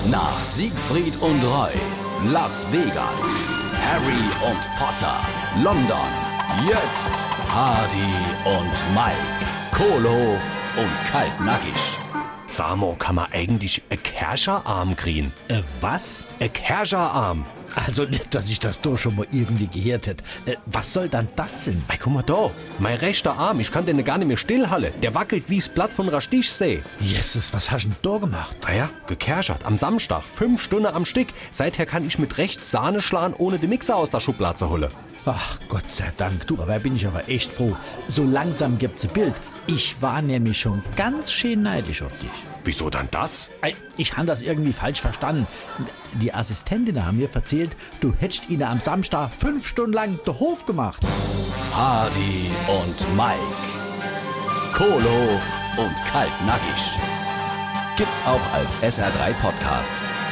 Nach Siegfried und Roy, Las Vegas, Harry und Potter, London, jetzt Hardy und Mike, Kohlhof und Kaltnackig. Samo, kann man eigentlich ein Kercherarm kriegen? Was? Ein Kercherarm. Also nicht, dass ich das doch schon mal irgendwie gehört hätte. Was soll dann das sein? Ey, guck mal da, mein rechter Arm, ich kann den gar nicht mehr stillhalten. Der wackelt wie's Blatt von Rastichsee. Jesus, was hast du denn da gemacht? Naja, gekerchert, am Samstag, 5 Stunden am Stück. Seither kann ich mit rechts Sahne schlagen, ohne den Mixer aus der Schublade zu holen. Ach, Gott sei Dank, du, aber bin ich aber echt froh. So langsam gibt's ein Bild. Ich war nämlich schon ganz schön neidisch auf dich. Wieso dann das? Ich habe das irgendwie falsch verstanden. Die Assistentinnen haben mir erzählt, du hättest ihnen am Samstag 5 Stunden lang den Hof gemacht. Hardy und Mike, Kohlhof und Kaltnackig. Gibt's auch als SR3 Podcast.